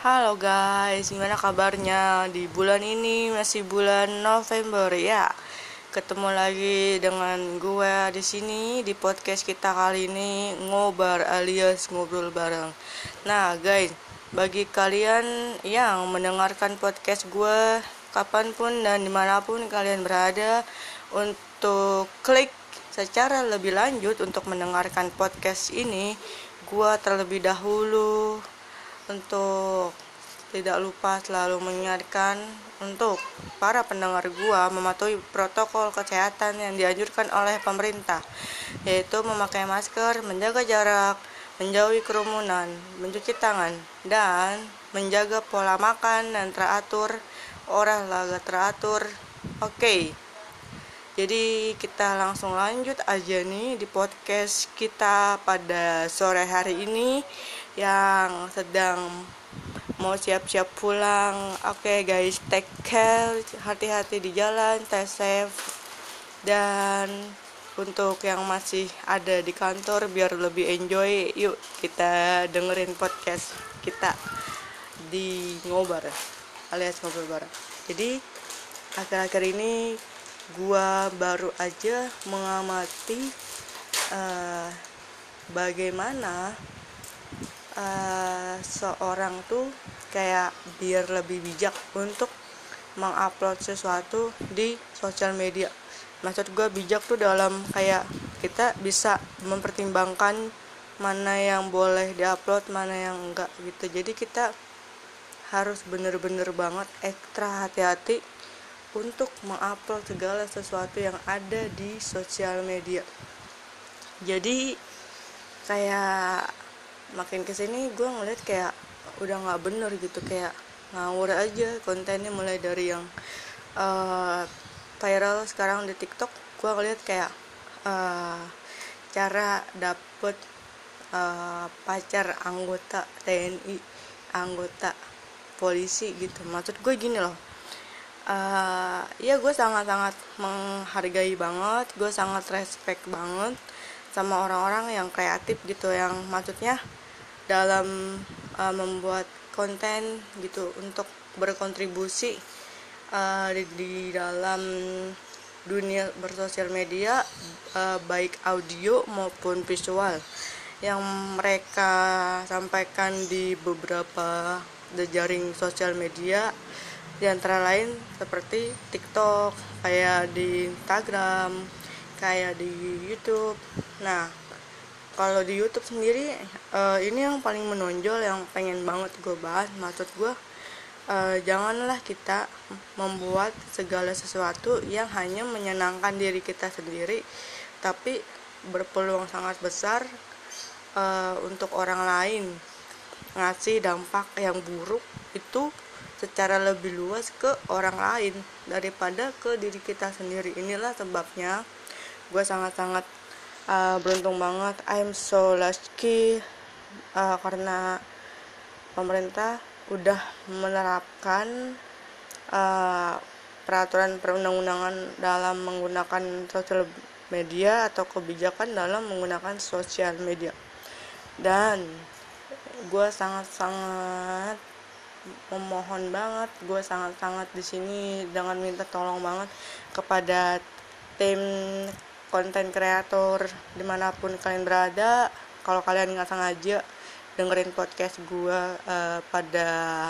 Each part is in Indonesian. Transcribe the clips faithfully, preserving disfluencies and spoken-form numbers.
Halo guys, gimana kabarnya di bulan ini? Masih bulan November ya. Ketemu lagi dengan gue di sini di podcast kita kali ini, ngobar alias ngobrol bareng. Nah guys, bagi kalian yang mendengarkan podcast gue kapanpun dan dimanapun kalian berada, untuk klik secara lebih lanjut untuk mendengarkan podcast ini, gue terlebih dahulu untuk tidak lupa selalu mengingatkan untuk para pendengar gua mematuhi protokol kesehatan yang dianjurkan oleh pemerintah, yaitu memakai masker, menjaga jarak, menjauhi kerumunan, mencuci tangan, dan menjaga pola makan dan teratur, olahraga teratur. Oke, jadi kita langsung lanjut aja nih di podcast kita pada sore hari ini yang sedang mau siap-siap pulang. Oke guys, take care, hati-hati di jalan, stay safe. Dan untuk yang masih ada di kantor biar lebih enjoy, yuk kita dengerin podcast kita di ngobar alias ngobrol bareng. Jadi akhir-akhir ini gua baru aja mengamati uh, bagaimana uh, seorang tuh kayak biar lebih bijak untuk mengupload sesuatu di sosial media. Maksud gua bijak tuh dalam kayak kita bisa mempertimbangkan mana yang boleh diupload, mana yang enggak gitu. Jadi kita harus bener-bener banget ekstra hati-hati untuk mengupload segala sesuatu yang ada di sosial media. Jadi kayak makin kesini gue ngeliat kayak udah nggak bener gitu, kayak ngawur aja kontennya, mulai dari yang uh, viral sekarang di TikTok. Gue ngeliat kayak uh, cara dapet uh, pacar anggota T N I, anggota polisi gitu. Maksud gue gini loh, Uh, ya gue sangat-sangat menghargai banget, gue sangat respect banget sama orang-orang yang kreatif gitu, yang maksudnya dalam uh, membuat konten gitu untuk berkontribusi uh, di, di dalam dunia bersosial media, uh, baik audio maupun visual yang mereka sampaikan di beberapa jejaring sosial media, di antara lain seperti TikTok, kayak di Instagram, kayak di YouTube. Nah, kalau di YouTube sendiri, uh, ini yang paling menonjol, yang pengen banget gue bahas. Maksud gue, uh, janganlah kita membuat segala sesuatu yang hanya menyenangkan diri kita sendiri, tapi berpeluang sangat besar uh, untuk orang lain, ngasih dampak yang buruk itu secara lebih luas ke orang lain daripada ke diri kita sendiri. Inilah sebabnya gue sangat-sangat uh, beruntung banget, I'm so lucky uh, karena pemerintah udah menerapkan uh, peraturan perundang-undangan dalam menggunakan sosial media atau kebijakan dalam menggunakan sosial media. Dan gue sangat-sangat memohon banget, gue sangat-sangat di sini dengan minta tolong banget kepada tim konten kreator dimanapun kalian berada. Kalau kalian nggak sengaja dengerin podcast gue uh, pada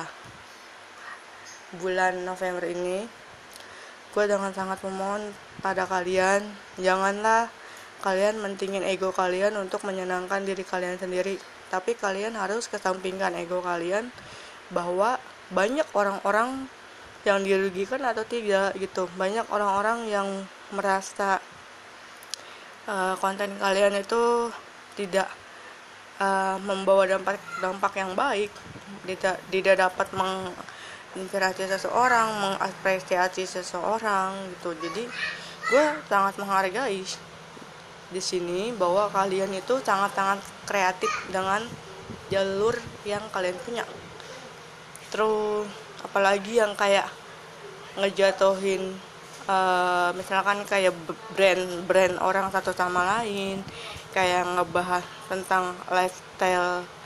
bulan November ini, gue dengan sangat memohon pada kalian, janganlah kalian mentingin ego kalian untuk menyenangkan diri kalian sendiri, tapi kalian harus kesampingkan ego kalian bahwa banyak orang-orang yang dirugikan atau tidak gitu. Banyak orang-orang yang merasa uh, konten kalian itu tidak uh, membawa dampak dampak yang baik, tidak tidak dapat menginspirasi seseorang, mengapresiasi seseorang gitu. Jadi gue sangat menghargai di sini bahwa kalian itu sangat-sangat kreatif dengan jalur yang kalian punya. Terus apalagi yang kayak ngejatuhin uh, misalkan kayak brand-brand orang satu sama lain, kayak ngebahas tentang lifestyle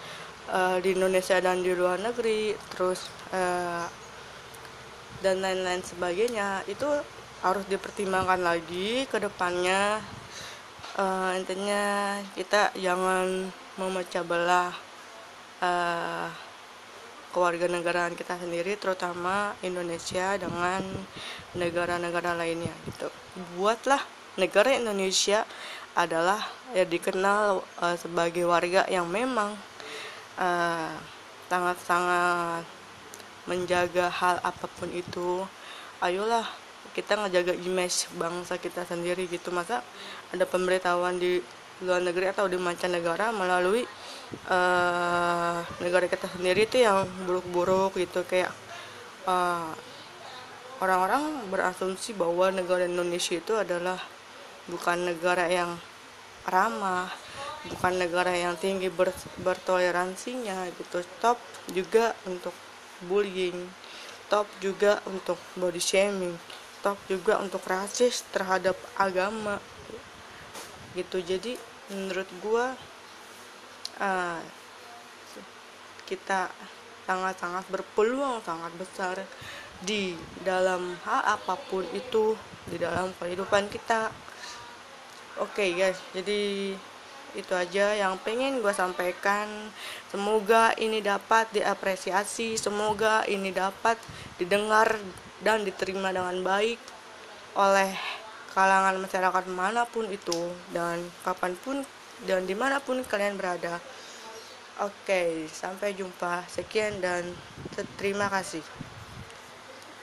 uh, di Indonesia dan di luar negeri, terus uh, dan lain-lain sebagainya, itu harus dipertimbangkan lagi ke depannya. Uh, intinya kita jangan memecah belah uh, kewarganegaraan kita sendiri, terutama Indonesia dengan negara-negara lainnya gitu. Buatlah negara Indonesia adalah ya dikenal uh, sebagai warga yang memang uh, sangat-sangat menjaga hal apapun itu. Ayolah kita ngejaga image bangsa kita sendiri gitu. Masa ada pemberitahuan di luar negeri atau di mancanegara melalui uh, negara kita sendiri itu yang buruk-buruk gitu, kayak uh, orang-orang berasumsi bahwa negara Indonesia itu adalah bukan negara yang ramah, bukan negara yang tinggi ber, bertoleransinya gitu. Stop juga untuk bullying, stop juga untuk body shaming, stop juga untuk rasis terhadap agama gitu. Jadi menurut gua uh, kita sangat-sangat berpeluang sangat besar di dalam hal apapun itu di dalam kehidupan kita. Oke okay guys, jadi itu aja yang pengen gue sampaikan. Semoga ini dapat diapresiasi, semoga ini dapat didengar dan diterima dengan baik oleh kalangan masyarakat manapun itu dan kapanpun dan dimanapun kalian berada. Oke, sampai jumpa, sekian dan terima kasih.